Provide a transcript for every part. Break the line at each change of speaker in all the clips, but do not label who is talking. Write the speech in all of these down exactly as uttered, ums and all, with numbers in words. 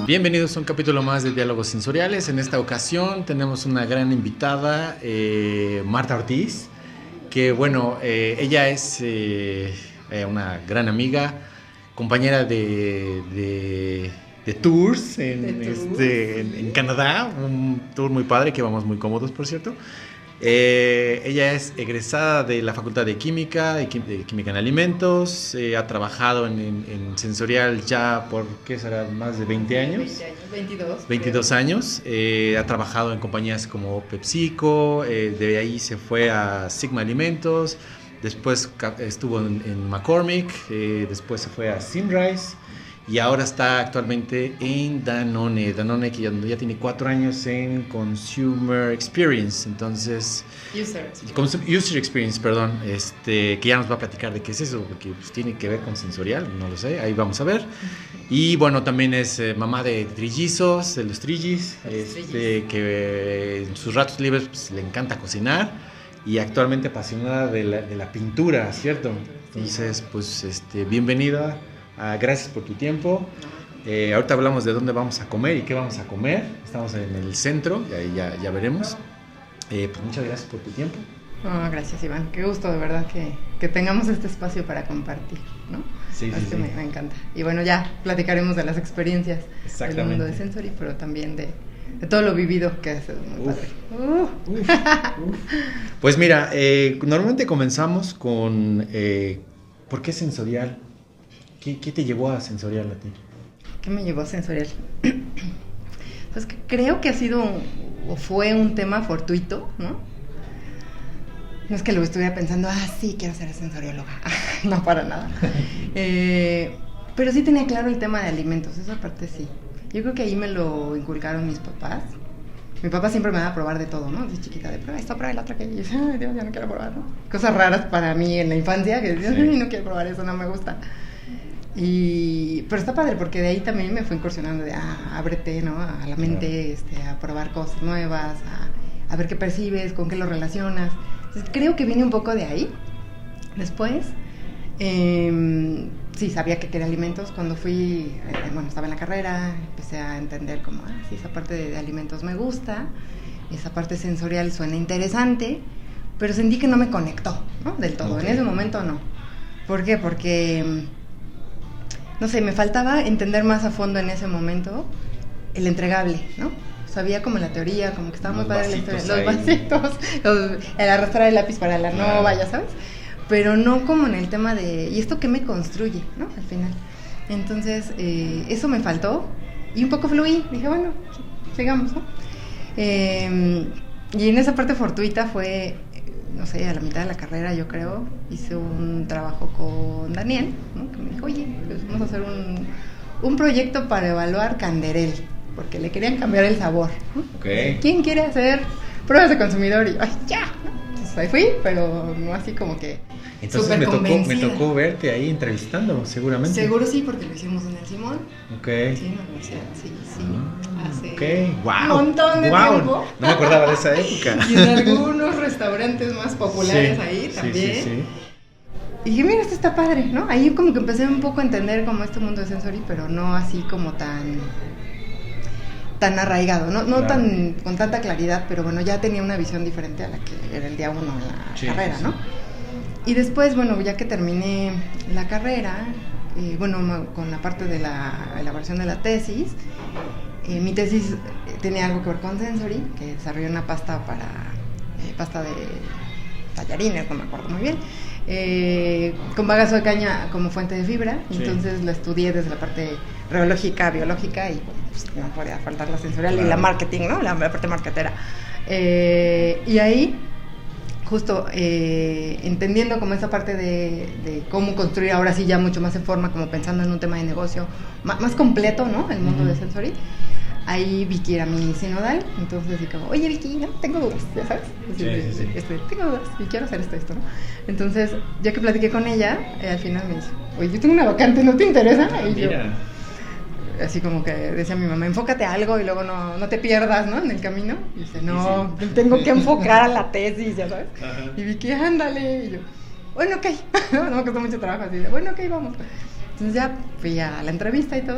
Bienvenidos a un capítulo más de Diálogos Sensoriales. En esta ocasión tenemos una gran invitada, eh, Marta Ortiz, que bueno, eh, ella es eh, una gran amiga, compañera de, de, de tours, en, de tours. Este, en, en Canadá, un tour muy padre que vamos muy cómodos, por cierto. Eh, ella es egresada de la Facultad de Química, de, de Química en Alimentos, eh, ha trabajado en, en, en Sensorial ya por, ¿qué será? Más de veinte años.
veinte años, veintidós.
veintidós años, eh, ha trabajado en compañías como PepsiCo, eh, de ahí se fue a Sigma Alimentos, después estuvo en, en McCormick, eh, después se fue a Symrise. Y ahora está actualmente en Danone, Danone que ya, ya tiene cuatro años en Consumer Experience, entonces...
User Experience.
User Experience, perdón, este, que ya nos va a platicar de qué es eso, porque pues, tiene que ver con sensorial, no lo sé, ahí vamos a ver. Y bueno, también es eh, mamá de trillizos, de los trillis, este, que eh, en sus ratos libres pues, le encanta cocinar y actualmente apasionada de la, de la pintura, ¿cierto? Entonces, pues, este, bienvenida. Uh, gracias por tu tiempo. Eh, ahorita hablamos de dónde vamos a comer y qué vamos a comer. Estamos en el centro y ahí ya, ya veremos. Eh, pues muchas gracias por tu tiempo.
Oh, gracias, Iván. Qué gusto, de verdad, que, que tengamos este espacio para compartir, ¿no?
Sí, sí, sí.
Me, me encanta. Y bueno, ya platicaremos de las experiencias del mundo de Sensory, pero también de, de todo lo vivido, que es muy
uf,
padre. Uh.
Uf, uf. Pues mira, eh, normalmente comenzamos con eh, ¿por qué sensorial? ¿Qué, ¿Qué te llevó a Sensorial a ti?
¿Qué me llevó a Sensorial? Pues que creo que ha sido o fue un tema fortuito, ¿no? No es que lo estuviera pensando, ah, sí, quiero ser sensorióloga. No, para nada. eh, pero sí tenía claro el tema de alimentos, esa parte sí. Yo creo que ahí me lo inculcaron mis papás. Mi papá siempre me daba a probar de todo, ¿no? Desde chiquita, de prueba esto, prueba el otro, que yo decía, ay, Dios, ya no quiero probar, ¿no? Cosas raras para mí en la infancia, que decía, ay, no quiero probar eso, no me gusta. Y, pero está padre porque de ahí también me fue incursionando de ah, ábrete, ¿no? A la mente, claro. este, a probar cosas nuevas, a, a ver qué percibes, con qué lo relacionas. Entonces, creo que viene un poco de ahí. Después, eh, sí, sabía que quería alimentos. Cuando fui, eh, bueno, estaba en la carrera, empecé a entender como, ah, sí, esa parte de, de alimentos me gusta, esa parte sensorial suena interesante, pero sentí que no me conectó, ¿no? Del todo. Okay. En ese momento no. ¿Por qué? Porque... no sé, me faltaba entender más a fondo en ese momento el entregable, ¿no? Sabía como la teoría, como que estaba muy padre la historia, los vasitos, los, el arrastrar el lápiz para la claro. nova, ya sabes, pero no como en el tema de, ¿y esto qué me construye, no? Al final. Entonces, eh, eso me faltó y un poco fluí, dije, bueno, sigamos, ¿no? Eh, y en esa parte fortuita fue... no sé, a la mitad de la carrera, yo creo, hice un trabajo con Daniel, ¿no? Que me dijo, oye, pues vamos a hacer un, un proyecto para evaluar Canderel, porque le querían cambiar el sabor, ¿no?
Okay.
¿Quién quiere hacer pruebas de consumidor? Y yo, ¡ay, ya! Entonces ahí fui, pero no así como que
entonces me tocó, me tocó verte ahí entrevistando, seguramente.
Seguro sí, porque lo hicimos en el Simón.
Ok.
Sí, en la universidad, sí, sí.
Ah,
hace
okay. Wow.
un montón de
wow.
tiempo.
No me acordaba de esa época.
Y en algunos restaurantes más populares
sí,
ahí
sí,
también.
Sí, sí,
Y dije, mira, esto está padre, ¿no? Ahí como que empecé un poco a entender como este mundo de Sensory, pero no así como tan tan arraigado, no, no claro. tan con tanta claridad, pero bueno, ya tenía una visión diferente a la que era el día uno en la sí, carrera, ¿no? Sí. Y después, bueno, ya que terminé la carrera, eh, bueno, con la parte de la elaboración de la tesis, eh, mi tesis tenía algo que ver con Sensory, que desarrollé una pasta para, eh, pasta de tallarines, no me acuerdo muy bien, eh, con bagazo de caña como fuente de fibra, sí. Entonces la estudié desde la parte reológica, biológica, y bueno, pues no podía faltar la sensorial claro. Y la marketing, ¿no? La, la parte marketera. Eh, y ahí... justo eh, entendiendo como esa parte de, de cómo construir ahora sí ya mucho más en forma, como pensando en un tema de negocio más, más completo, ¿no? El mundo uh-huh. de Sensory. Ahí Vicky era mi sinodal, entonces así como, oye Vicky, no, tengo dudas, ya sabes.
Sí, sí, sí.
Este, tengo dudas y quiero hacer esto, esto, ¿no? Entonces, ya que platiqué con ella, eh, al final me dice, oye, yo tengo una vacante, ¿no te interesa? Y
Mira.
yo, así como que decía mi mamá, enfócate a algo y luego no, no te pierdas, ¿no? En el camino. Y dice, no, sí, sí. tengo que enfocar a la tesis, ya sabes. Ajá. Y Vicky, ándale. Y yo, bueno, ok. No me costó mucho trabajo así de, bueno, ok, vamos. Entonces ya fui a la entrevista y todo.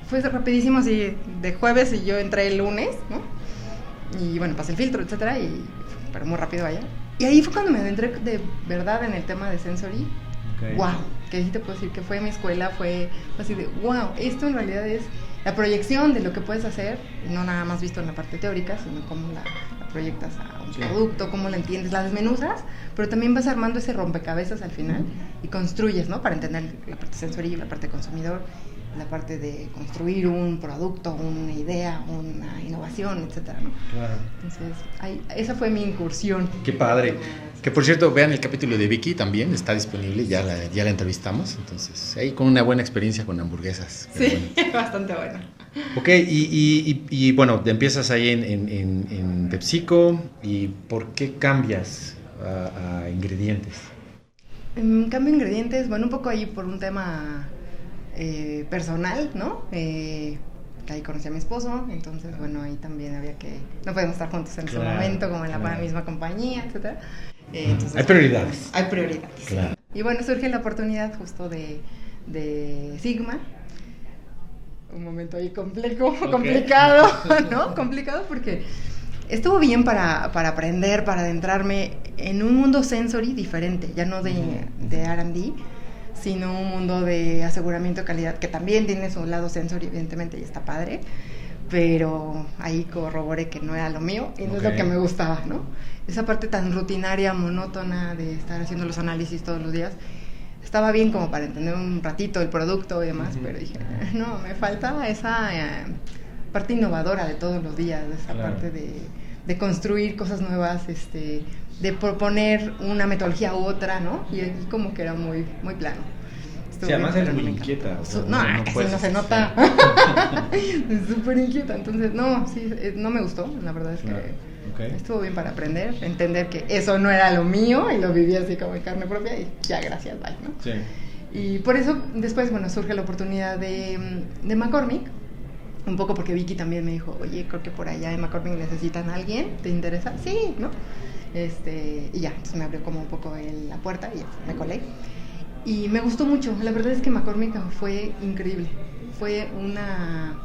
fue rapidísimo, así de jueves y yo entré el lunes, ¿no? Y bueno, pasé el filtro, etcétera, y, pero muy rápido allá. Y ahí fue cuando me adentré de verdad en el tema de Sensory. Okay. Wow, que sí te puedo decir que fue mi escuela, fue así de wow, esto en realidad es la proyección de lo que puedes hacer, no nada más visto en la parte teórica, sino cómo la, la proyectas a un sí. producto, cómo la entiendes, la desmenuzas, pero también vas armando ese rompecabezas al final y construyes, ¿no? Para entender la parte sensorial, la parte consumidor, la parte de construir un producto, una idea, una innovación, etcétera, ¿no?
Claro.
Entonces, ahí, esa fue mi incursión.
Qué padre. Que por cierto, vean el capítulo de Vicky también, está disponible, ya la, ya la entrevistamos, entonces ahí con una buena experiencia con hamburguesas.
Sí, bueno. Bastante buena.
Ok, y, y, y, y bueno, empiezas ahí en, en, en, en PepsiCo, ¿y por qué cambias a, a ingredientes?
En cambio ingredientes, bueno, un poco ahí por un tema eh, personal, ¿no? Eh, ahí conocí a mi esposo, entonces bueno, ahí también había que, no podíamos estar juntos en claro, ese momento, como en la claro. misma compañía, etcétera. Eh, entonces,
hay prioridades.
Pues, hay prioridades.
Claro.
Y bueno, surge la oportunidad justo de, de Sigma. Un momento ahí complejo, okay. complicado, ¿no? Complicado porque estuvo bien para, para aprender, para adentrarme en un mundo sensory diferente, ya no de, de R and D, sino un mundo de aseguramiento de calidad, que también tiene su lado sensory, evidentemente, y está padre, pero ahí corroboré que no era lo mío y no okay. es lo que me gustaba, ¿no? Esa parte tan rutinaria, monótona de estar haciendo los análisis todos los días, estaba bien como para entender un ratito el producto y demás, uh-huh. pero dije, no, me falta esa eh, parte innovadora de todos los días, esa claro. parte de, de construir cosas nuevas, este, de proponer una metodología u otra, ¿no? Y aquí como que era muy, muy plano.
Sí, además eres muy inquieta. O sea,
no, no, no casi no se nota. Es súper inquieta, entonces, no, sí, no me gustó, la verdad es que claro. okay. estuvo bien para aprender, entender que eso no era lo mío y lo viví así como en carne propia y ya, gracias, bye, ¿no?
Sí.
Y por eso después, bueno, surge la oportunidad de, de McCormick, un poco porque Vicky también me dijo, oye, creo que por allá en McCormick necesitan a alguien, ¿te interesa? Sí, ¿no? Este, y ya, entonces me abrió como un poco el, la puerta y ya, me colé. Y me gustó mucho, la verdad es que McCormick fue increíble, fue una,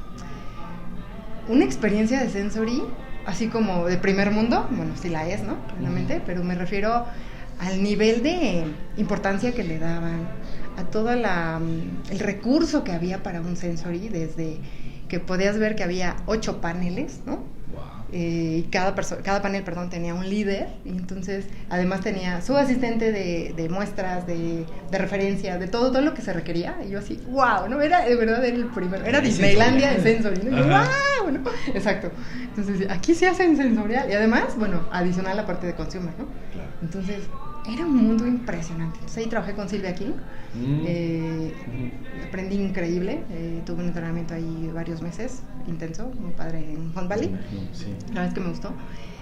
una experiencia de sensory, así como de primer mundo, bueno, sí la es, ¿no? Claramente, uh-huh. pero me refiero al nivel de importancia que le daban, a todo la, el recurso que había para un sensory, desde que podías ver que había ocho paneles, ¿no? Eh, y cada, perso- cada panel, perdón, tenía un líder, y entonces además tenía su asistente de, de muestras, de, de referencia, de todo, todo lo que se requería, y yo así, wow, ¿no? Era, de verdad, era el primero, era Disneylandia de Sensory, ¿no? Y yo, wow, ¿no? Exacto. Entonces, aquí se hace en sensorial, y además, bueno, adicional la parte de consumer, ¿no? Claro. Entonces, era un mundo impresionante. Entonces ahí trabajé con Silvia King, mm. eh, mm. aprendí increíble, eh, tuve un entrenamiento ahí varios meses, intenso, muy padre en Hunt Valley, sí. la verdad es que me gustó.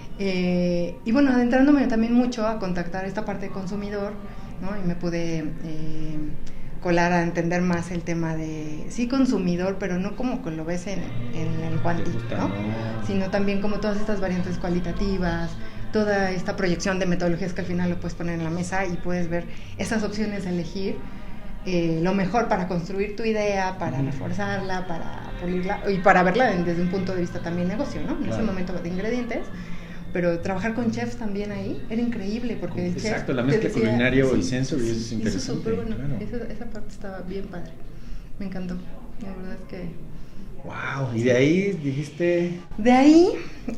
Eh, y bueno, adentrándome también mucho a contactar esta parte de consumidor, ¿no? Y me pude eh, colar a entender más el tema de, sí, consumidor, pero no como que lo ves en, en el Quanti, ¿no? Sino también como todas estas variantes cualitativas, toda esta proyección de metodologías que al final lo puedes poner en la mesa y puedes ver esas opciones de elegir eh, lo mejor para construir tu idea, para uh-huh. reforzarla, para pulirla y para verla desde un punto de vista también negocio, ¿no? En claro. ese momento de ingredientes, pero trabajar con chefs también ahí era increíble porque el
exacto,
chef
la mezcla decía, culinario
sí,
y sensory
sí,
es interesante.
Eso súper bueno,
claro.
esa, esa parte estaba bien padre, me encantó, la verdad es que
wow, y de ahí dijiste
de ahí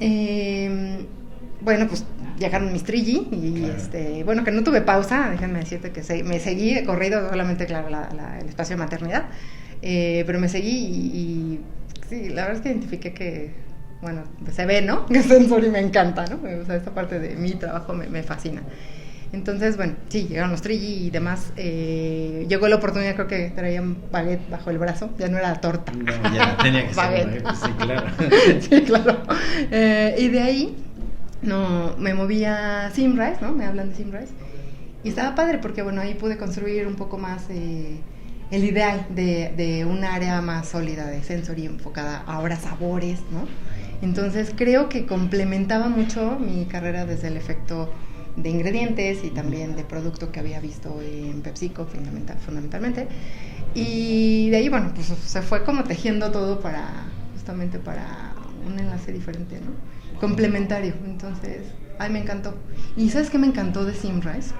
eh, bueno, pues llegaron mis Trigi y claro. este, bueno, que no tuve pausa, déjenme decirte que se, me seguí de corrido, solamente, claro, la, la, el espacio de maternidad, eh, pero me seguí y, y sí, la verdad es que identifiqué que, bueno, se ve, ¿no? Que Sensory me encanta, ¿no? O sea, esta parte de mi trabajo me, me fascina. Entonces, bueno, sí, llegaron los Trigi y demás. Eh, llegó la oportunidad, creo que traían baguette bajo el brazo, ya no era torta.
No, ya tenía que ser, sí, claro.
Sí, claro. Eh, y de ahí no, me moví a Simrise, ¿no? Me hablan de Simrise. Y estaba padre porque, bueno, ahí pude construir un poco más eh, el ideal de, de un área más sólida de sensory enfocada ahora a sabores, ¿no? Entonces creo que complementaba mucho mi carrera desde el efecto de ingredientes y también de producto que había visto en PepsiCo fundamental, fundamentalmente. Y de ahí, bueno, pues se fue como tejiendo todo para, justamente para un enlace diferente, ¿no? Complementario. Entonces, ay, me encantó. ¿Y sabes qué me encantó de Symrise?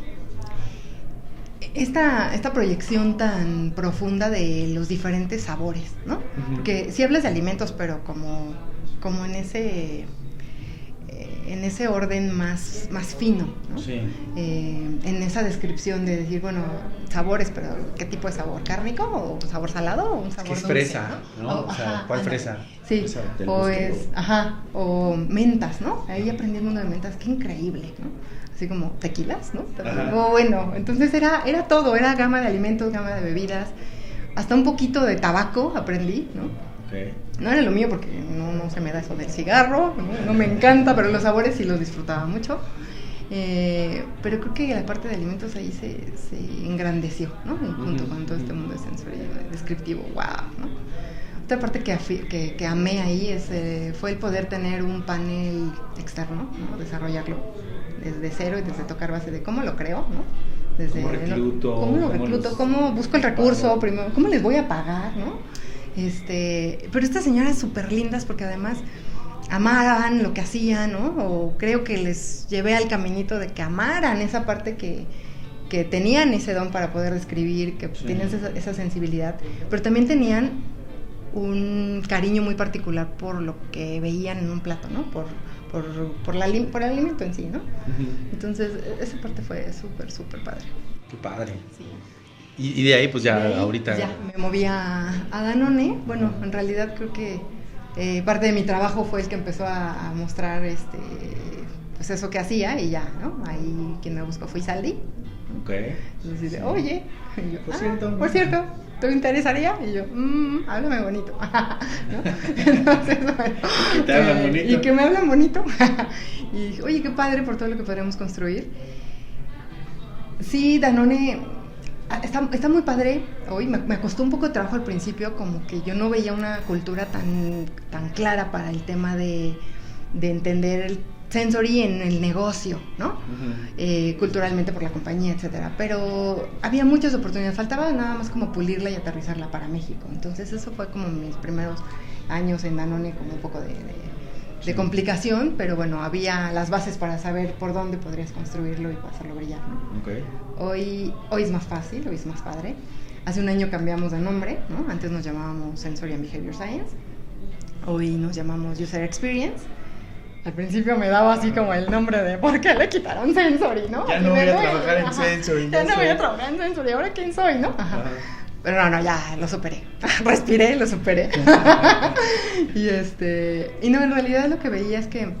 Esta, esta proyección tan profunda de los diferentes sabores, ¿no? Uh-huh. Que sí hablas de alimentos, pero como, como en ese... en ese orden más, más fino, ¿no?
Sí.
Eh, en esa descripción de decir, bueno, sabores, pero ¿qué tipo de sabor? ¿Cárnico o sabor salado o un sabor
es que es
dulce,
fresa, ¿no?
¿no?
O, o sea,
ajá,
¿cuál
ajá.
fresa?
Sí,
o, sea,
o es, ajá, o mentas, ¿no? Ahí aprendí el mundo de mentas, qué increíble, ¿no? Así como tequilas, ¿no? O bueno, entonces era, era todo, era gama de alimentos, gama de bebidas, hasta un poquito de tabaco aprendí, ¿no?
Okay.
No era lo mío porque no, no se me da eso del cigarro, no, no me encanta, pero los sabores sí los disfrutaba mucho. Eh, pero creo que la parte de alimentos ahí se, se engrandeció, ¿no? Junto uh-huh. con todo este mundo de sensorio descriptivo, wow, ¿no? Otra parte que, que, que amé ahí es, eh, fue el poder tener un panel externo, ¿no? Desarrollarlo desde cero y desde tocar base de cómo lo creo, ¿no? Desde,
¿Cómo recluto?
¿no? ¿Cómo lo recluto?
Los...
¿Cómo busco el recurso primero? ¿Cómo les voy a pagar, no? Este, pero estas señoras súper lindas porque además amaban lo que hacían, ¿no? O creo que les llevé al caminito de que amaran esa parte que, que tenían ese don para poder describir, que sí. tenían esa, esa sensibilidad, pero también tenían un cariño muy particular por lo que veían en un plato, ¿no? Por, por, por, la, por el alimento en sí, ¿no? Uh-huh. Entonces, esa parte fue súper, súper padre.
Qué padre.
Sí.
Y, y de ahí, pues ya
ahí,
ahorita...
Ya, me moví a, a Danone. Bueno, en realidad creo que eh, parte de mi trabajo fue el que empezó a, a mostrar este, pues eso que hacía y ya, ¿no? Ahí quien me buscó fue Isaldi.
Ok.
Entonces dice, oye, y yo,
por
ah,
cierto,
por cierto, ¿te interesaría? Y yo, mmm, háblame bonito. ¿No? Entonces, bueno,
¿Y te hablan bonito?
Y que me hablan bonito. Y dije, oye, qué padre por todo lo que podríamos construir. Sí, Danone... Está, está muy padre hoy, me, me costó un poco de trabajo al principio, como que yo no veía una cultura tan, tan clara para el tema de, de entender el sensory en el negocio, ¿no? Uh-huh. Eh, culturalmente por la compañía, etcétera. Pero había muchas oportunidades, faltaba nada más como pulirla y aterrizarla para México. Entonces eso fue como mis primeros años en Danone, como un poco de, de, de complicación, pero bueno, había las bases para saber por dónde podrías construirlo y hacerlo brillar, ¿no?
Okay.
Hoy, hoy es más fácil, hoy es más padre. Hace un año cambiamos de nombre, ¿no? Antes nos llamábamos Sensory and Behavior Science. Hoy nos llamamos User Experience. Al principio me daba así como el nombre de ¿por qué le quitaron Sensory, no?
Ya no voy a trabajar en Sensory.
Ya no voy a trabajar en Sensory, ¿ahora quién soy, no? Ajá. Ajá. Pero no, no, ya lo superé. Respiré, lo superé. y este... Y no, en realidad lo que veía es que...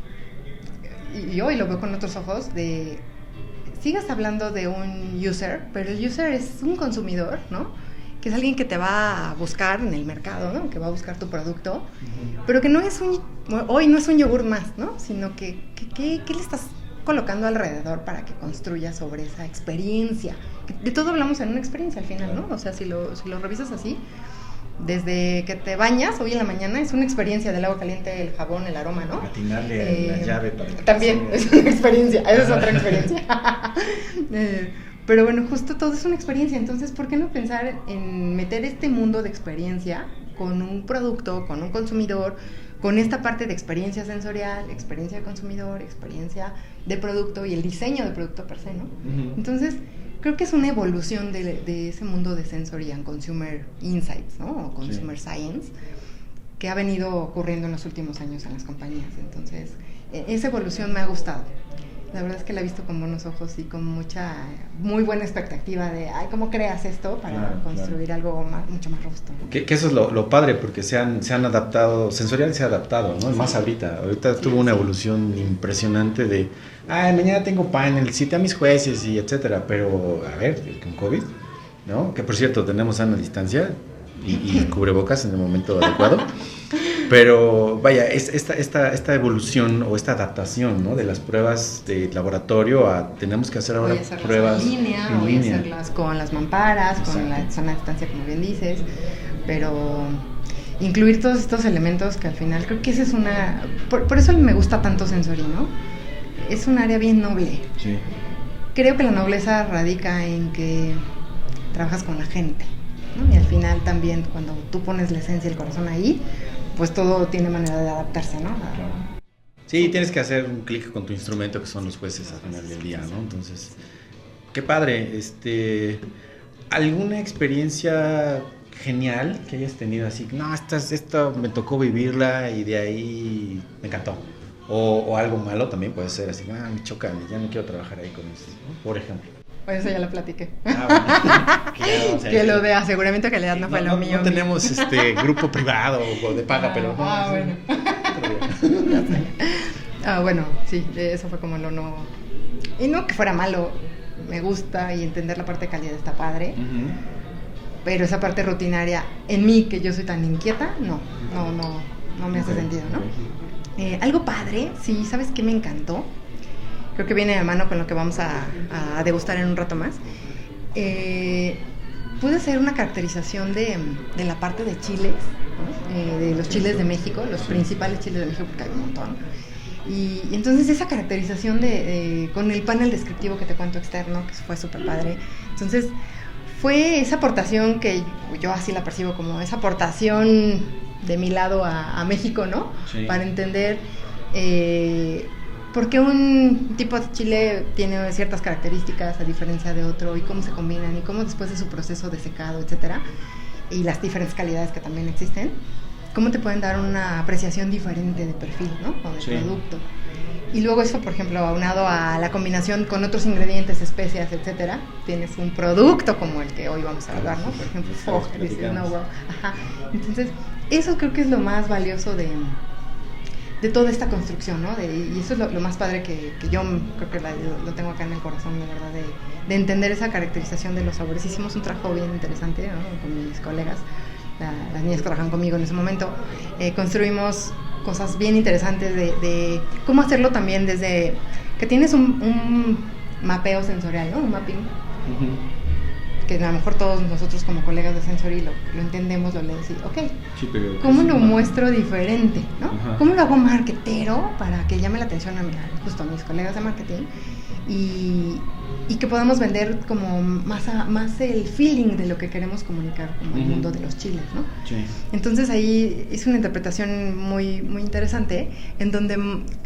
Y hoy lo veo con otros ojos de... Sigas hablando de un user, pero el user es un consumidor, ¿no? Que es alguien que te va a buscar en el mercado, ¿no? Que va a buscar tu producto, uh-huh. pero que no es un... Hoy no es un yogur más, ¿no? Sino que... que, que ¿qué le estás colocando alrededor para que construya sobre esa experiencia? De todo hablamos en una experiencia al final, ¿no? O sea, si lo, si lo revisas así, desde que te bañas hoy en la mañana es una experiencia del agua caliente, el jabón, el aroma, ¿no?
Atinarle
eh,
a la llave para que
también es una experiencia, esa es otra experiencia. eh, pero bueno, justo todo es una experiencia, entonces ¿por qué no pensar en meter este mundo de experiencia con un producto, con un consumidor, con esta parte de experiencia sensorial, experiencia de consumidor, experiencia de producto y el diseño de producto per se, ¿no? Uh-huh. Entonces, creo que es una evolución de, de ese mundo de sensory and consumer insights, ¿no? O consumer sí. science, que ha venido ocurriendo en los últimos años en las compañías. Entonces, esa evolución me ha gustado. La verdad es que la he visto con buenos ojos y con mucha, muy buena expectativa de, ay, ¿cómo creas esto para claro, construir claro. algo más, mucho más robusto?
Que, que eso es lo, lo padre, porque se han, se han adaptado, Sensorial se ha adaptado, ¿no? Sí. Más ahorita, ahorita sí, tuvo sí. una evolución impresionante de, ay, mañana tengo panel, cité a mis jueces y etcétera, pero, a ver, con COVID, ¿no? Que por cierto, tenemos sana distancia y, y cubrebocas en el momento adecuado. Pero vaya, es, esta, esta, esta evolución o esta adaptación, ¿no? De las pruebas de laboratorio a tenemos que hacer ahora
voy a hacerlas
pruebas
en línea,
en
voy
línea.
a hacerlas con las mamparas, exacto. con la sana distancia, como bien dices, pero incluir todos estos elementos que al final creo que esa es una... Por, por eso me gusta tanto Sensory, ¿no? es un área bien noble.
Sí.
Creo que la nobleza radica en que trabajas con la gente, ¿no? Y al final también cuando tú pones la esencia y el corazón ahí, pues todo tiene manera de adaptarse, ¿no?
Claro. Sí, tienes que hacer un clic con tu instrumento, que son los jueces al final del día, ¿no? Entonces, qué padre. Este, ¿alguna experiencia genial que hayas tenido así? No, esta, esta me tocó vivirla y de ahí me encantó. O, o algo malo también puede ser así, ah, me choca, ya no quiero trabajar ahí con esto, ¿no? Por ejemplo.
Pues eso ya lo platiqué.
Ah, bueno. que, o sea,
que lo de aseguramiento de calidad no fue
no,
lo
no,
mío.
No tenemos este grupo privado o de paga,
ah,
pero... No,
ah,
sí,
bueno. ah, bueno, sí, eso fue como lo no... Y no que fuera malo, me gusta y entender la parte de calidad está padre. Uh-huh. Pero esa parte rutinaria, en mí, que yo soy tan inquieta, no, no, no, no me hace okay. sentido, ¿no? Okay. Eh, algo padre, sí, ¿sabes qué me encantó? Creo que viene de mano con lo que vamos a, a degustar en un rato más. Eh, pude hacer una caracterización de, de la parte de chiles, ¿no? eh, de los chiles de México, los principales chiles de México, porque hay un montón. Y, y entonces esa caracterización de, de, con el panel descriptivo que te cuento externo, que fue súper padre. Entonces fue esa aportación que yo así la percibo como esa aportación de mi lado a, a México, ¿no? Sí. Para entender eh, por qué un tipo de chile tiene ciertas características a diferencia de otro y cómo se combinan y cómo después de su proceso de secado, etcétera, y las diferentes calidades que también existen, cómo te pueden dar una apreciación diferente de perfil, ¿no? O de sí. producto. Y luego eso, por ejemplo, aunado a la combinación con otros ingredientes, especias, etcétera, tienes un producto como el que hoy vamos a hablar, ¿no? Por ejemplo, Fog, no, Ajá. Entonces, eso creo que es lo más valioso de, de toda esta construcción, ¿no? De, y eso es lo, lo más padre que, que yo creo que la, lo tengo acá en el corazón, de verdad, de, de entender esa caracterización de los sabores. Hicimos un trabajo bien interesante, ¿no? Con mis colegas, la, las niñas que trabajan conmigo en ese momento. Eh, construimos cosas bien interesantes de, de cómo hacerlo también desde que tienes un, un mapeo sensorial, ¿no? Un mapping. Uh-huh. Que a lo mejor todos nosotros como colegas de Sensory lo, lo entendemos, lo leemos y, ok, sí, pero ¿cómo lo muestro diferente, no? Uh-huh. ¿Cómo lo hago marketero para que llame la atención a, mi, justo a mis colegas de marketing y, y que podamos vender como más, a, más el feeling de lo que queremos comunicar como uh-huh. el mundo de los chiles, ¿no? Sí. Entonces ahí es una interpretación muy, muy interesante en donde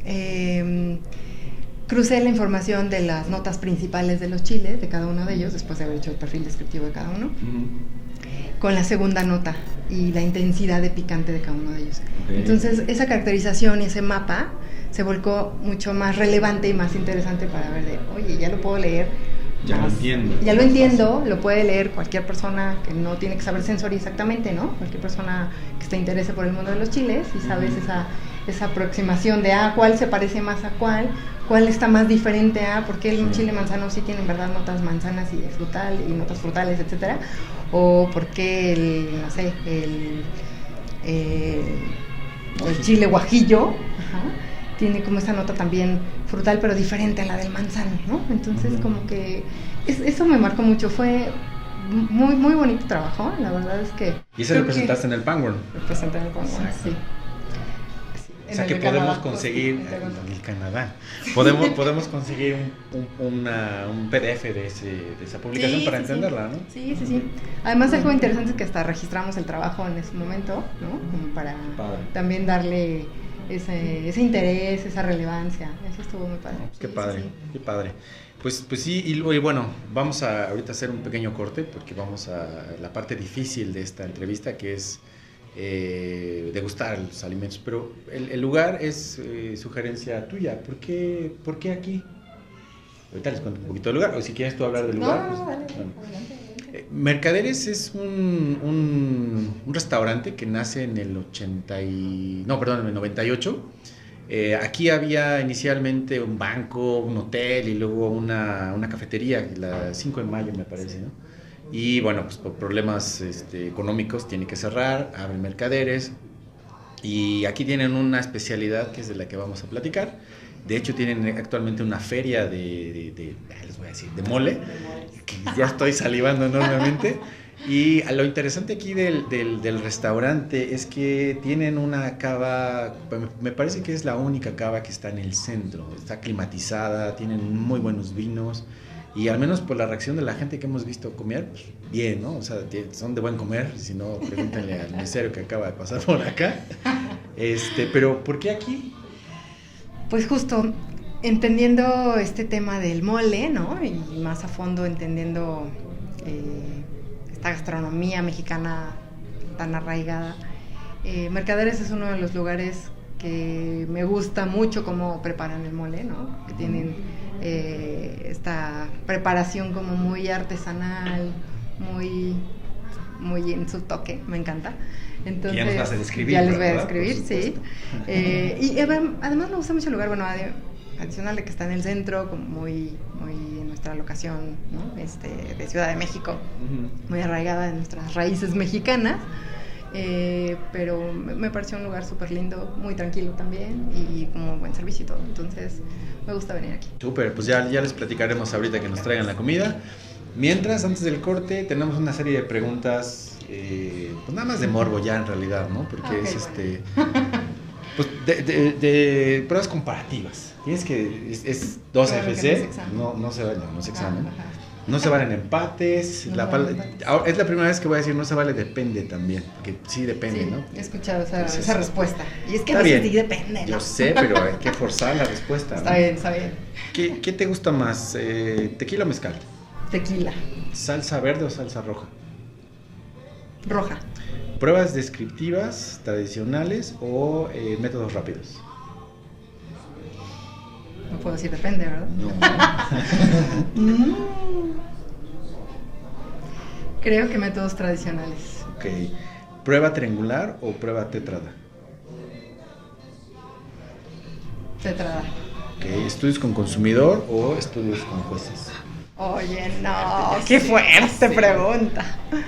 eh, crucé la información de las notas principales de los chiles, de cada uno de ellos, después de haber hecho el perfil descriptivo de cada uno, uh-huh. con la segunda nota y la intensidad de picante de cada uno de ellos. Okay. Entonces esa caracterización y ese mapa se volcó mucho más relevante y más interesante para ver de, oye, ya lo puedo leer.
Ya más, lo entiendo.
Ya lo entiendo, fácil. Lo puede leer cualquier persona que no tiene que saber Sensory exactamente, ¿no? Cualquier persona que se interese por el mundo de los chiles y sabes uh-huh. esa, esa aproximación de, ah, cuál se parece más a cuál, cuál está más diferente a, porque el sí. chile manzano sí tiene en verdad notas manzanas y de frutal y notas frutales, etcétera, o porque el, no sé, el, el, el chile guajillo, ajá, tiene como esa nota también frutal, pero diferente a la del manzano, ¿no? Entonces, uh-huh. como que es, eso me marcó mucho. Fue muy muy bonito trabajo, la verdad es que...
¿Y eso lo presentaste en el Panworld?
Lo presenté en el Panworld, sí.
sí. O sea que podemos Canadá, conseguir... En el Canadá. Podemos, podemos conseguir un, un, una, un P D F de, ese, de esa publicación sí, para sí, entenderla,
sí.
¿no?
Sí, sí, sí. Además, algo interesante es que hasta registramos el trabajo en ese momento, ¿no? Como para Padre. También darle... Ese, ese interés, esa relevancia, eso estuvo muy padre.
Qué
sí,
padre,
sí, sí.
qué padre. Pues, pues sí, y, y bueno, vamos a ahorita hacer un pequeño corte porque vamos a la parte difícil de esta entrevista, que es eh, degustar los alimentos, pero el, el lugar es eh, sugerencia tuya. ¿Por qué, ¿Por qué aquí? Ahorita les cuento un poquito del lugar, o si quieres tú hablar del lugar.
No, no,
pues,
dale,
bueno.
adelante.
Eh, Mercaderes es un, un, un restaurante que nace en el ochenta y, no, perdón, en el noventa y ocho. Eh, aquí había inicialmente un banco, un hotel y luego una, una cafetería, la cinco de mayo me parece, ¿no? Y bueno, pues por problemas este, económicos tiene que cerrar, abren Mercaderes y aquí tienen una especialidad que es de la que vamos a platicar. De hecho, tienen actualmente una feria de, de, de, de les voy a decir, de mole, que ya estoy salivando enormemente. Y lo interesante aquí del, del, del restaurante es que tienen una cava, me parece que es la única cava que está en el centro, está climatizada, tienen muy buenos vinos y al menos por la reacción de la gente que hemos visto comer, pues bien, ¿no? O sea, son de buen comer, si no, pregúntenle al mesero que acaba de pasar por acá. Este, pero ¿por qué aquí?
Pues justo entendiendo este tema del mole, ¿no? Y más a fondo entendiendo eh, esta gastronomía mexicana tan arraigada. Eh, Mercaderes es uno de los lugares que me gusta mucho cómo preparan el mole, ¿no? Que tienen eh, esta preparación como muy artesanal, muy, muy en su toque, me encanta. Entonces,
ya nos vas a describir.
Ya les voy a describir, sí. Eh, y además me gusta mucho el lugar, bueno, adicional de que está en el centro, como muy, muy en nuestra locación, ¿no? Este, de Ciudad de México, uh-huh. Muy arraigada en nuestras raíces mexicanas, eh, pero me pareció un lugar súper lindo, muy tranquilo también y como buen servicio y todo, entonces me gusta venir aquí.
Súper, pues ya, ya les platicaremos ahorita que nos traigan la comida. Mientras, antes del corte, tenemos una serie de preguntas, eh, pues nada más de morbo ya en realidad, ¿no? Porque okay, es este... Pues de, de, de pruebas comparativas. Tienes que, es, es dos F C, no, no se vale, no es examen. Ah, no se valen empates. No la pal- empates. Es la primera vez que voy a decir no se vale, depende también. Porque sí depende,
sí,
¿no?
He escuchado esa, Entonces, esa respuesta. Y es que
a veces
sí depende, ¿no?
Yo sé, pero hay que forzar la respuesta.
Está
¿no?
bien, está bien.
¿Qué, qué te gusta más? Eh, ¿Tequila o mezcal?
Tequila.
¿Salsa verde o salsa roja?
Roja.
¿Pruebas descriptivas, tradicionales o eh, métodos rápidos?
No puedo decir depende, ¿verdad?
No.
mm. Creo que métodos tradicionales.
Ok. ¿Prueba triangular o prueba tetrada?
Tetrada.
Ok. ¿Estudios con consumidor o estudios con jueces?
Oye, no, qué fuerte pregunta.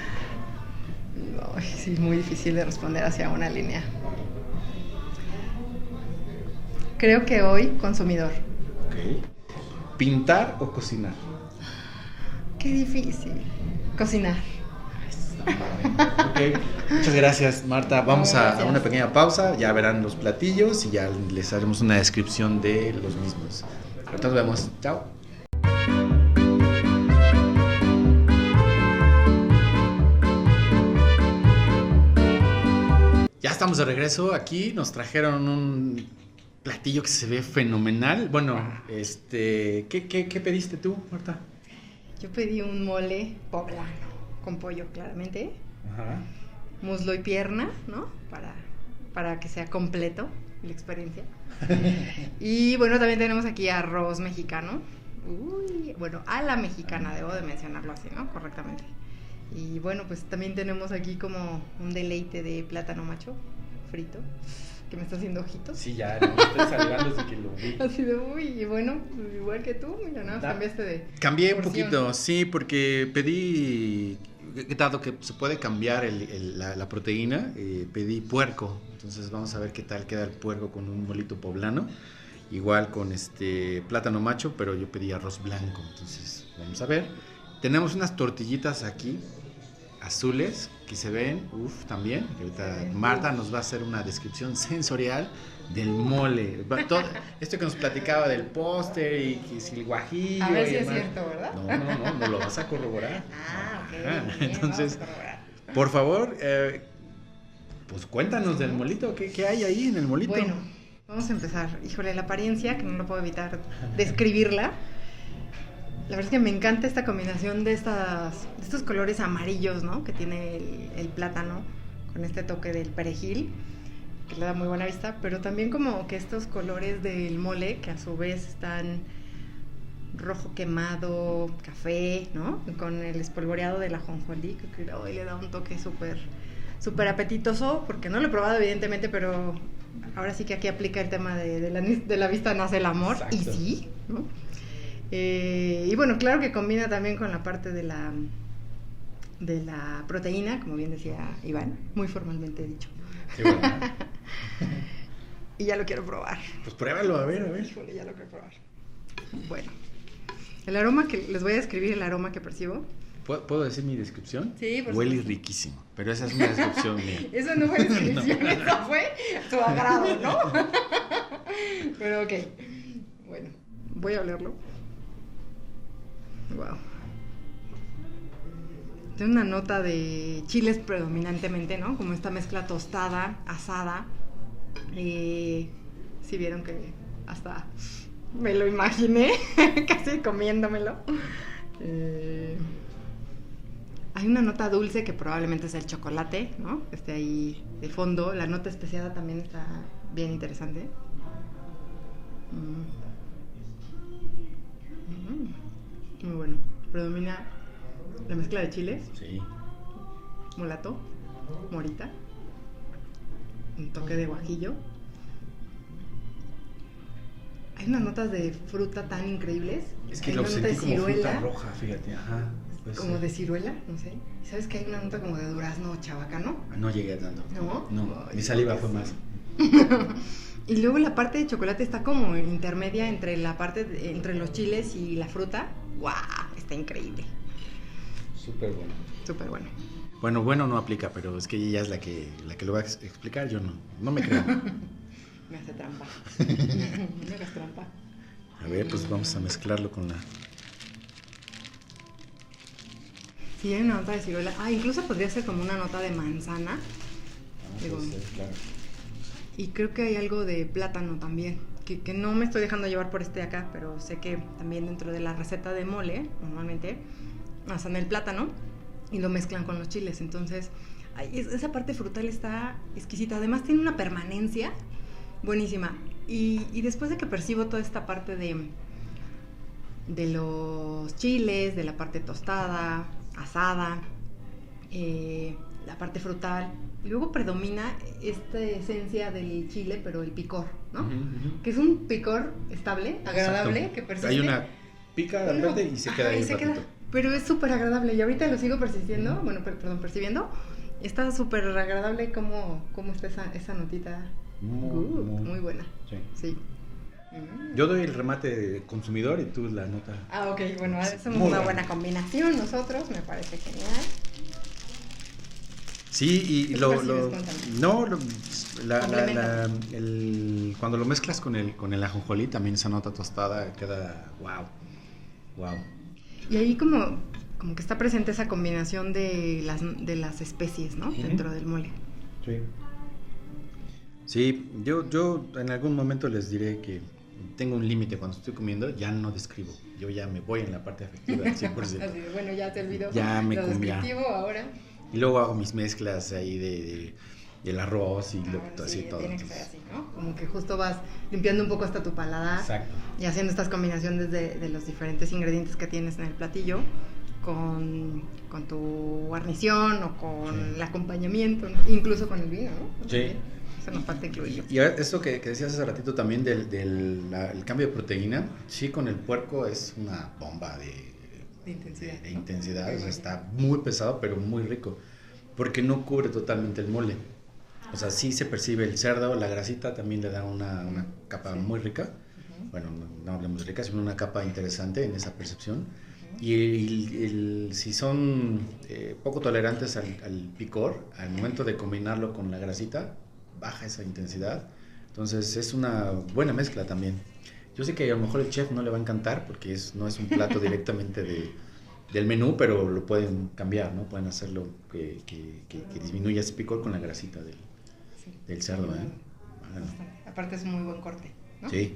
Ay, sí, muy difícil de responder hacia una línea. Creo que hoy, consumidor.
Ok. ¿Pintar o cocinar?
Qué difícil. Cocinar.
Ok, muchas gracias, Marta. Vamos a, a una pequeña pausa, ya verán los platillos y ya les haremos una descripción de los mismos. Ahorita nos vemos. Chao. Ya estamos de regreso aquí, nos trajeron un platillo que se ve fenomenal. Bueno, este, ¿qué, qué, qué pediste tú, Marta?
Yo pedí un mole poblano, con pollo claramente,
ajá,
muslo y pierna, ¿no? Para, para que sea completo la experiencia. Y bueno, también tenemos aquí arroz mexicano, uy, bueno, a la mexicana, debo de mencionarlo así, ¿no? Correctamente. Y bueno, pues también tenemos aquí como un deleite de plátano macho frito, que me está haciendo ojitos.
Sí, ya, me estoy salivando desde que lo vi.
Así de, uy, y bueno, pues igual que tú, mira, ¿no? Cambiaste de
Cambié
porción.
Un poquito, sí, porque pedí, dado que se puede cambiar el, el, la, la proteína, eh, pedí puerco. Entonces vamos a ver qué tal queda el puerco con un molito poblano. Igual con este plátano macho, pero yo pedí arroz blanco. Entonces, vamos a ver. Tenemos unas tortillitas aquí, azules, que se ven, uff, también. Ahorita Marta nos va a hacer una descripción sensorial del mole. Todo, esto que nos platicaba del póster y que si el guajillo.
A ver si
es
demás. Cierto, ¿verdad?
No, no, no, no lo vas a corroborar.
Ah, ok.
Ajá,
Bien,
entonces,
vamos a corroborar.
por favor, eh, pues cuéntanos del molito. ¿Qué, ¿Qué hay ahí en el molito?
Bueno, vamos a empezar. Híjole, la apariencia, que no lo puedo evitar describirla. La verdad es que me encanta esta combinación de, estas, de estos colores amarillos, ¿no? Que tiene el, el plátano con este toque del perejil, que le da muy buena vista, pero también como que estos colores del mole, que a su vez están rojo quemado, café, ¿no? Con el espolvoreado del ajonjolí, que hoy le da un toque súper súper apetitoso, porque no lo he probado evidentemente, pero ahora sí que aquí aplica el tema de, de, la, de la vista nace el amor. Exacto. Y sí, ¿no? Eh, y bueno, claro que combina también con la parte de la de la proteína, como bien decía Iván, muy formalmente dicho.
Qué bueno.
Y ya lo quiero probar.
Pues pruébalo, a ver, a ver.
Híjole, ya lo quiero probar. Bueno, el aroma que les voy a describir, el aroma que percibo
¿Puedo, ¿Puedo decir mi descripción?
Sí, por
Huele
supuesto.
riquísimo, pero esa es una descripción mía.
Eso no fue descripción, no. Eso fue su agrado, ¿no? Pero ok. Bueno, voy a olerlo. Wow. Tiene una nota de chiles predominantemente, ¿no? Como esta mezcla tostada, asada. Eh, si vieron que hasta me lo imaginé, casi comiéndomelo. Eh, hay una nota dulce que probablemente es el chocolate, ¿no? Que esté ahí de fondo. La nota especiada también está bien interesante. Mm. Mm. Muy bueno. Predomina la mezcla de chiles.
Sí.
Mulato, morita, un toque de guajillo. Hay unas notas de fruta tan increíbles.
Es que
hay
lo
una nota
sentí
de
como
ciruela,
fruta roja, fíjate, ajá. Pues,
como
sí.
de ciruela, no sé. ¿Y sabes que hay una nota como de durazno chabacano?
No llegué a tanto.
¿No?
No,
Ay,
mi saliva
no,
fue
sí.
más.
Y luego la parte de chocolate está como intermedia entre la parte de- entre los chiles y la fruta. ¡Guau! Está increíble.
Súper bueno.
Súper bueno.
Bueno, bueno no aplica, pero es que ella es la que, la que lo va a ex- explicar, yo no. No me creo.
Me hace trampa. Me hagas trampa.
A ver, pues vamos a mezclarlo con la...
Sí, hay una nota de ciruela. Ah, incluso podría ser como una nota de manzana. Digo,
claro.
y creo que hay algo de plátano también. Que, que no me estoy dejando llevar por este de acá, pero sé que también dentro de la receta de mole, normalmente, hacen el plátano y lo mezclan con los chiles. Entonces, ay, es- esa parte frutal está exquisita. Además, tiene una permanencia buenísima. Y, y después de que percibo toda esta parte de, de los chiles, de la parte tostada, asada, eh, la parte frutal, y luego predomina esta esencia del chile, pero el picor, ¿no?
Ujú, ujú.
Que es un picor estable, agradable,
Exacto.
que persiste.
Hay una pica de
No,
repente y se queda
ajá,
ahí
y
un
se queda.
ratito.
Pero es súper agradable y ahorita lo sigo persistiendo, bueno, per- perdón, percibiendo. Está súper agradable cómo, cómo está esa, esa notita.
Muy,
Uh,
muy-
muy buena.
Sí.
Sí. Mm.
Yo doy el remate de consumidor y tú la nota.
Ah, ok, bueno, hacemos
Muy
una
bueno.
buena combinación nosotros, me parece genial.
Sí, y
¿Qué
lo,
percibes?
lo-
Cuéntame.
no, lo- la, la-
Complementa.
la- el- cuando lo mezclas con el con el ajonjolí también esa nota tostada queda wow, wow.
Y ahí como, como que está presente esa combinación de las, de las especies, ¿no?
Ujú.
Dentro del mole.
Sí. Sí, yo yo en algún momento les diré que tengo un límite cuando estoy comiendo, ya no describo. Yo ya me voy en la parte afectiva al cien por ciento.
Así de, bueno, ya te olvidó
Ya me
lo
comí, ya.
descriptivo ahora.
Y luego hago mis mezclas ahí de, de- del arroz y
Ah,
lo,
bueno,
así
sí,
todo.
tiene que ser
entonces-
así, ¿no? Como que justo vas limpiando un poco hasta tu paladar.
Exacto.
Y haciendo estas combinaciones de, de los diferentes ingredientes que tienes en el platillo con, con tu guarnición o con
Sí.
el acompañamiento, ¿no? Incluso con el vino, ¿no?
Sí.
Eso nos falta incluirlo.
Y ahora, esto que, que decías hace ratito también del, del la- el cambio de proteína, sí, con el puerco es una bomba de,
De intensidad,
de- de
¿no?
intensidad, o sea, está muy pesado pero muy rico, porque no cubre totalmente el mole. O sea, sí se percibe el cerdo, la grasita también le da una, una capa
Sí.
muy rica.
Ujú.
Bueno, no, no hablemos de rica, sino una capa interesante en esa percepción. Y el- el- si son eh, poco tolerantes al, al picor, al momento de combinarlo con la grasita, baja esa intensidad. Entonces es una buena mezcla también. Yo sé que a lo mejor el chef no le va a encantar porque es, no es un plato directamente de, del menú, pero lo pueden cambiar, ¿no? Pueden hacerlo que, que, que- que disminuya ese picor con la grasita del,
Sí.
del cerdo, ¿eh? Bueno,
Bastante. Aparte es un muy buen corte, ¿no?
sí.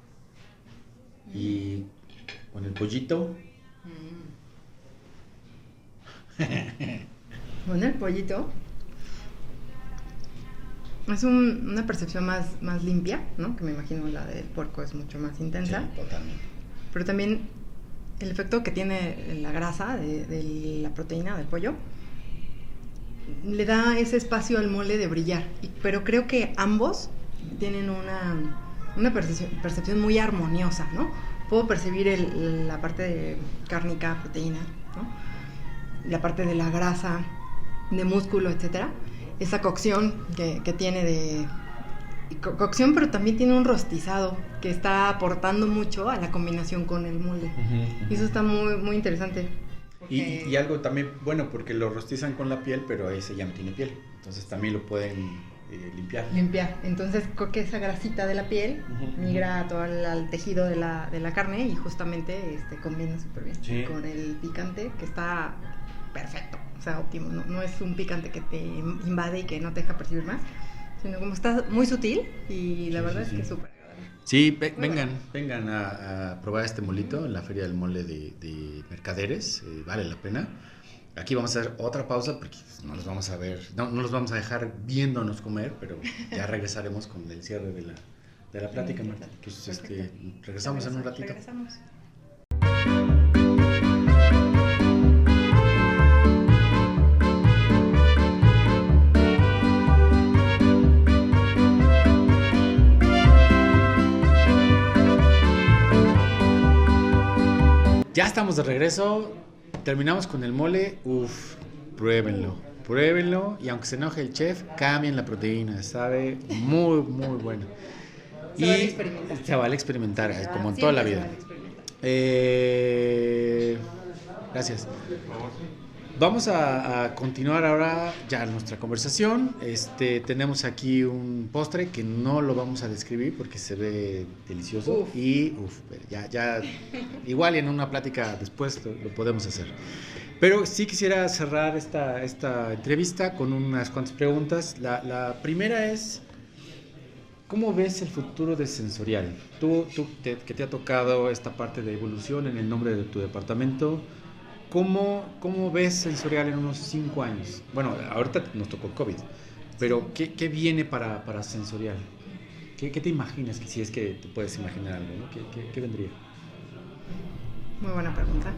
Y con el pollito,
Mm. Bueno, el pollito es un- una percepción más, más limpia, ¿no? Que me imagino la del puerco es mucho más intensa.
sí, totalmente.
Pero también el efecto que tiene la grasa de, de la proteína del pollo le da ese espacio al mole de brillar. Y- pero creo que ambos tienen una, una percepción, percepción muy armoniosa, ¿no? Puedo percibir el- la parte de cárnica, proteína, ¿no? La parte de la grasa, de músculo, etcétera. Esa cocción que, que tiene de y co- cocción, pero también tiene un rostizado que está aportando mucho a la combinación con el mole. Y eso está muy, muy interesante.
Y,
Eh,
y algo también, bueno, porque lo rostizan con la piel, pero ese ya no tiene piel. Entonces también lo pueden eh, limpiar.
limpiar. Entonces creo que esa grasita de la piel
Ujú.
migra a todo el, al tejido de la, de la carne y justamente este, combina súper bien
Sí.
con el picante que está perfecto, o sea, óptimo. No, no es un picante que te invade y que no te deja percibir más, sino como está muy sutil y la
Sí,
verdad
sí,
es
sí.
que es súper agradable.
Sí, ve-
Muy
vengan, vengan a, a probar este molito en la Feria del Mole de, de Mercaderes, eh, vale la pena. Aquí vamos a hacer otra pausa porque no los vamos a ver, no, no los vamos a dejar viéndonos comer, pero ya regresaremos con el cierre de la, de la plática, Marta. Entonces, este,
Perfecto.
regresamos en un ratito.
Regresamos.
Ya estamos de regreso, terminamos con el mole, uff, pruébenlo, pruébenlo y aunque se enoje el chef, cambien la proteína, sabe muy, muy bueno.
Se vale experimentar.
Se vale experimentar,
Se va-
como en
siempre
toda la
se
vida.
vale experimentar.
Eh, gracias. Vamos a, a continuar ahora ya nuestra conversación. Este, tenemos aquí un postre que no lo vamos a describir porque se ve delicioso.
Uf.
Y uf, ya, ya, igual y en una plática después lo, lo podemos hacer. Pero sí quisiera cerrar esta, esta entrevista con unas cuantas preguntas. La, la primera es, ¿cómo ves el futuro de Sensorial? Tú, tú te- que te ha tocado esta parte de evolución en el nombre de tu departamento, ¿cómo, cómo ves Sensorial en unos cinco años? Bueno, ahorita nos tocó COVID, pero ¿qué, qué viene para, para Sensorial? ¿Qué, ¿Qué te imaginas? Que si es que te puedes imaginar algo, ¿no? ¿Qué, qué, qué vendría?
Muy buena pregunta.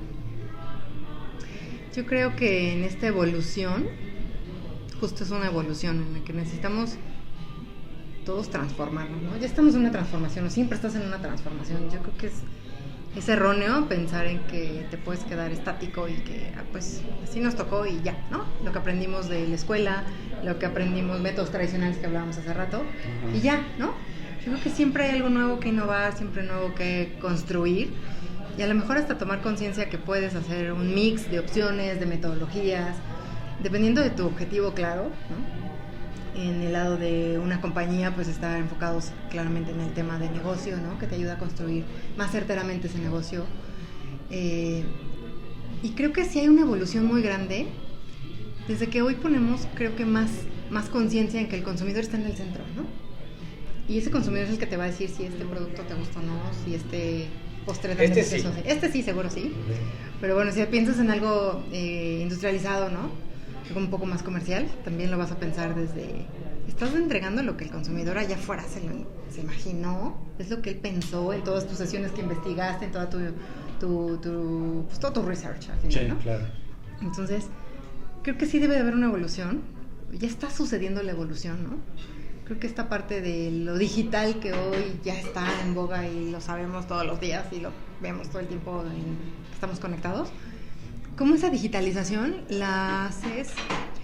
Yo creo que en esta evolución, justo es una evolución en la que necesitamos todos transformarnos, ¿no? Ya estamos en una transformación, o siempre estás en una transformación. Yo creo que es, es erróneo pensar en que te puedes quedar estático y que, ah, pues, así nos tocó y ya, ¿no? Lo que aprendimos de la escuela, lo que aprendimos, métodos tradicionales que hablábamos hace rato,
Ajá.
y ya, ¿no? Yo creo que siempre hay algo nuevo que innovar, siempre nuevo que construir. Y a lo mejor hasta tomar conciencia que puedes hacer un mix de opciones, de metodologías, dependiendo de tu objetivo claro, ¿no? En el lado de una compañía, pues estar enfocados claramente en el tema de negocio, ¿no? Que te ayuda a construir más certeramente ese negocio. Eh, y creo que sí hay una evolución muy grande, desde que hoy ponemos, creo que más, más conciencia en que el consumidor está en el centro, ¿no? Y ese consumidor es el que te va a decir si este producto te gusta o no, si este postre también
Este
es
sí.
eso. Este sí, seguro sí. Pero bueno, si piensas en algo eh, industrializado, ¿no? Algo un poco más comercial, también lo vas a pensar desde... Estás entregando lo que el consumidor allá afuera se, lo, se imaginó, es lo que él pensó en todas tus sesiones que investigaste, en toda tu, tu, tu, pues, todo tu research, al final,
Sí,
¿no?
claro.
Entonces, creo que sí debe de haber una evolución. Ya está sucediendo la evolución, ¿no? Creo que esta parte de lo digital que hoy ya está en boga y lo sabemos todos los días y lo vemos todo el tiempo en que estamos conectados, cómo esa digitalización la haces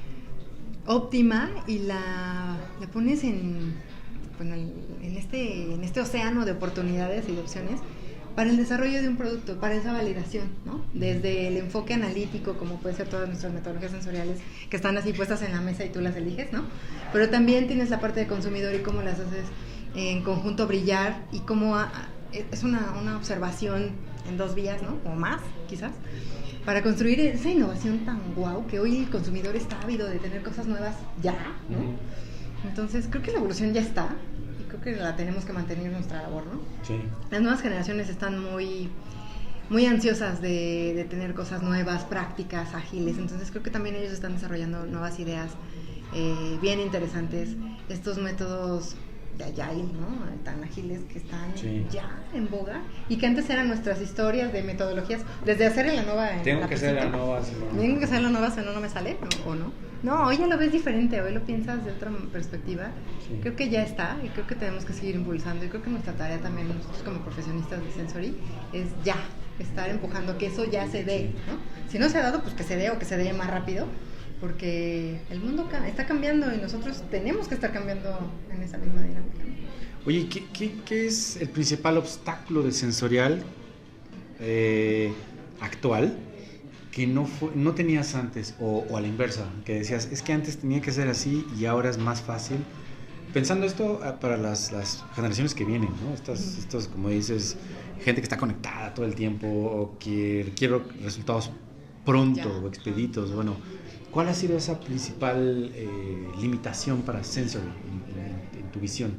óptima y la, la pones en, bueno, en, este, en este océano de oportunidades y de opciones para el desarrollo de un producto, para esa validación, ¿no? Desde el enfoque analítico, como puede ser todas nuestras metodologías sensoriales, que están así puestas en la mesa y tú las eliges, ¿no? Pero también tienes la parte de consumidor y cómo las haces en conjunto brillar y cómo a, es una, una observación en dos vías, ¿no? O más, quizás, para construir esa innovación tan guau que hoy el consumidor está ávido de tener cosas nuevas ya, ¿no? Uh-huh. Entonces, creo que la evolución ya está. Creo que la tenemos que mantener nuestra labor, ¿no?
Sí.
Las nuevas generaciones están muy, muy ansiosas de, de tener cosas nuevas, prácticas, ágiles. Entonces creo que también ellos están desarrollando nuevas ideas eh, bien interesantes. Estos métodos de Agile, ¿no? Tan ágiles que están sí. ya en boga y que antes eran nuestras historias de metodologías. Desde hacer la nueva... En
Tengo
la
que hacer la nueva. Si no,
Tengo que hacer la nueva, si no, no me sale, ¿o no? No, hoy ya lo ves diferente, hoy lo piensas de otra perspectiva. Sí. Creo que ya está y creo que tenemos que seguir impulsando y creo que nuestra tarea también nosotros como profesionistas de Sensory es ya, estar empujando que eso ya se dé, ¿no? Si no se ha dado, pues que se dé o que se dé más rápido, porque el mundo está cambiando y nosotros tenemos que estar cambiando en esa misma dinámica, ¿no?
Oye, ¿qué, qué, qué es el principal obstáculo de Sensorial eh, actual que no, fue, no tenías antes, o, o a la inversa, que decías, es que antes tenía que ser así y ahora es más fácil? Pensando esto para las, las generaciones que vienen, ¿no? Estas, uh-huh. Estos, como dices, gente que está conectada todo el tiempo o que quiere resultados pronto ya. O expeditos. Bueno, ¿cuál ha sido esa principal eh, limitación para Sensory en, en, en tu visión?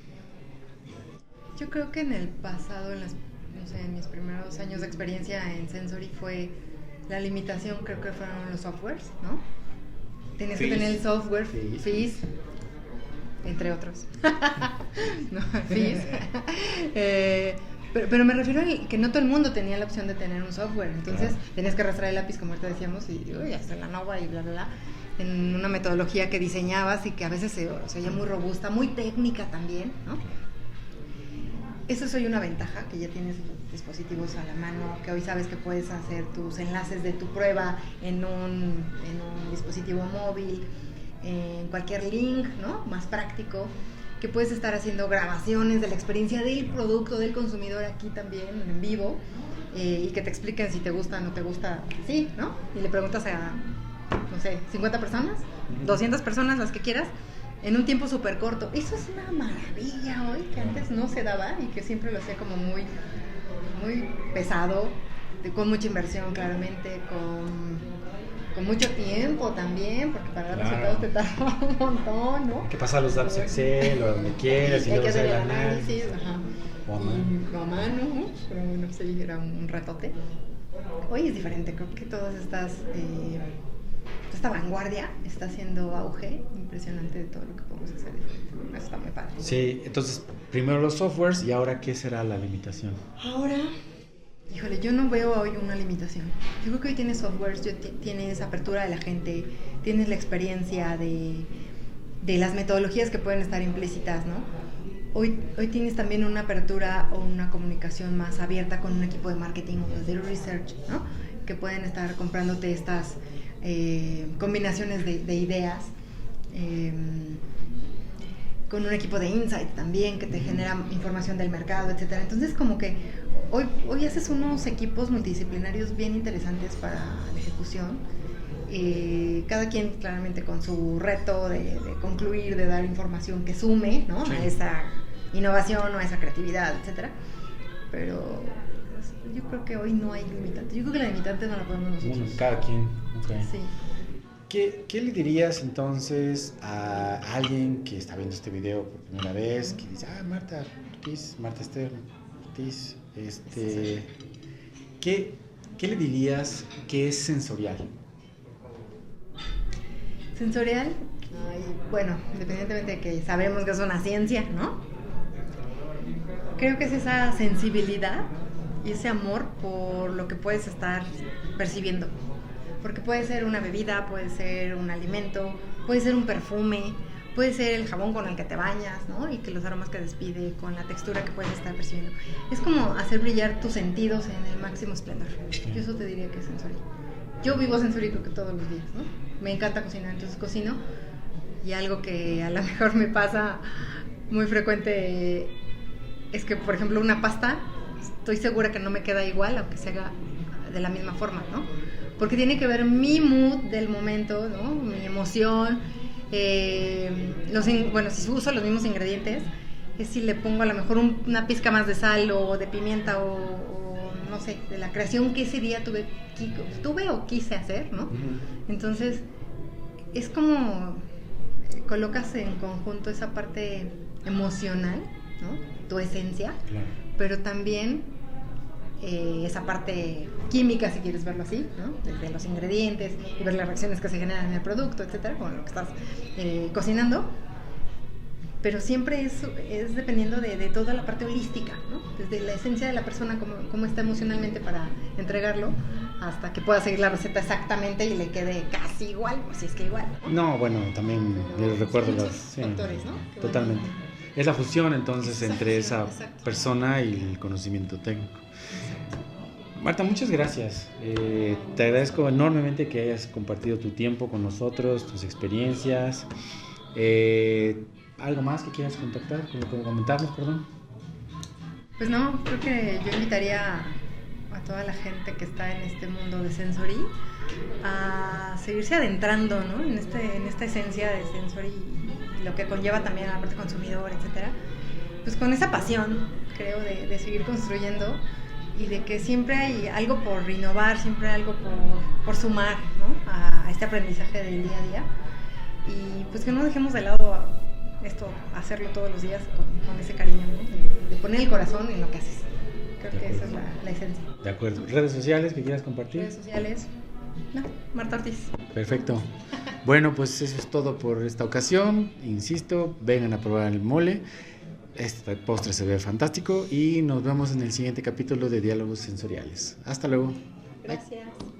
Yo creo que en el pasado, en, las, no sé, en mis primeros años de experiencia en Sensory fue la limitación, creo que fueron los softwares, ¿no? Tenías Fizz. que tener el software, Fizz, Fizz entre otros. no, Fizz. eh, pero, pero me refiero a que no todo el mundo tenía la opción de tener un software, entonces claro. tenías que arrastrar el lápiz, como ahorita decíamos, y uy, hacer la nova y bla, bla, bla, en una metodología que diseñabas y que a veces se, se oía muy robusta, muy técnica también, ¿no? Eso es hoy una ventaja, que ya tienes dispositivos a la mano, que hoy sabes que puedes hacer tus enlaces de tu prueba en un, en un dispositivo móvil, en cualquier link, ¿no? Más práctico, que puedes estar haciendo grabaciones de la experiencia del producto, del consumidor aquí también, en vivo, eh, y que te expliquen si te gusta o no te gusta, sí, ¿no? Y le preguntas a, no sé, cincuenta personas, doscientas personas, las que quieras, en un tiempo súper corto. Eso es una maravilla hoy, que antes no se daba y que siempre lo hacía como muy, muy pesado, de, con mucha inversión claramente, con, con mucho tiempo también, porque para dar claro. resultados te tarda un montón, ¿no?
Que pasa los datos Excel o donde quieras y,
y hay
luego
que hacer el
análisis,
ajá.
O a mano.
O a mano, ¿no? Pero bueno, sí, era un ratote. Hoy es diferente, creo que todas estas... Eh, esta vanguardia está haciendo auge impresionante de todo lo que podemos hacer diferente. Eso está muy padre.
Sí, entonces primero los softwares y ahora ¿qué será la limitación?
Ahora, híjole, yo no veo hoy una limitación. Yo creo que hoy tienes softwares, yo t- tienes apertura de la gente, tienes la experiencia de, de las metodologías que pueden estar implícitas, ¿no? Hoy, hoy tienes también una apertura o una comunicación más abierta con un equipo de marketing o de research, ¿no? Que pueden estar comprándote estas eh, combinaciones de, de ideas, eh, con un equipo de insight también que te genera información del mercado, etcétera. Entonces, como que hoy, hoy haces unos equipos multidisciplinarios bien interesantes para la ejecución. Eh, cada quien claramente con su reto de, de concluir, de dar información que sume, ¿no? Sí. A esa innovación o a esa creatividad, etcétera. Pero yo creo que hoy no hay limitantes. Yo creo que la limitante no la podemos nosotros.
Bueno, cada quien. Okay.
Sí.
¿Qué, ¿Qué le dirías entonces a alguien que está viendo este video por primera vez, que dice, ah, Marta Ortiz, Marta Esther Ortiz, este, ¿qué, ¿qué le dirías que es sensorial?
Sensorial, ay, bueno, independientemente de que sabemos que es una ciencia, ¿no? Creo que es esa sensibilidad y ese amor por lo que puedes estar percibiendo. Porque puede ser una bebida, puede ser un alimento, puede ser un perfume, puede ser el jabón con el que te bañas, ¿no? Y que los aromas que despide, con la textura que puedes estar percibiendo. Es como hacer brillar tus sentidos en el máximo esplendor. Yo eso te diría que es sensorial. Yo vivo Sensory creo que todos los días, ¿no? Me encanta cocinar, entonces cocino. Y algo que a lo mejor me pasa muy frecuente es que, por ejemplo, una pasta, estoy segura que no me queda igual, aunque se haga de la misma forma, ¿no? Porque tiene que ver mi mood del momento, ¿no? Mi emoción. Eh, los in- bueno, si uso los mismos ingredientes, es si le pongo a lo mejor un, una pizca más de sal o de pimienta o, o no sé, de la creación que ese día tuve, tuve o quise hacer, ¿no? Uh-huh. Entonces, es como colocas en conjunto esa parte emocional, ¿no? Tu esencia, claro. Pero también eh, esa parte química, si quieres verlo así, ¿no? Desde los ingredientes y ver las reacciones que se generan en el producto, etcétera, con lo que estás eh, cocinando. Pero siempre es, es dependiendo de, de toda la parte holística, ¿no? Desde la esencia de la persona, cómo, cómo está emocionalmente para entregarlo, hasta que pueda seguir la receta exactamente y le quede casi igual, o si es que igual, ¿no?
No, bueno, también les recuerdo
los
sí,
factores, ¿no? Que
totalmente. Van... Es la fusión entonces exacto, entre esa
exacto.
persona y el conocimiento técnico. Marta, muchas gracias. Eh, te agradezco enormemente que hayas compartido tu tiempo con nosotros, tus experiencias. Eh, ¿Algo más que quieras contactar, comentarnos, perdón?
Pues no, creo que yo invitaría a toda la gente que está en este mundo de Sensory a seguirse adentrando, ¿no? en, este, en esta esencia de Sensory y lo que conlleva también a la parte consumidor, etcétera. Pues con esa pasión, creo, de, de seguir construyendo y de que siempre hay algo por innovar, siempre hay algo por, por sumar, ¿no? a, a este aprendizaje del día a día. Y pues que no dejemos de lado esto, hacerlo todos los días con, con ese cariño, ¿no? de, de poner el corazón en lo que haces. Creo que esa es la, la esencia.
De acuerdo. ¿Redes sociales que quieras compartir?
Redes sociales, no, Marta Ortiz.
Perfecto. Bueno, pues eso es todo por esta ocasión. Insisto, vengan a probar el mole. Este postre se ve fantástico y nos vemos en el siguiente capítulo de Diálogos Sensoriales. Hasta luego.
Gracias.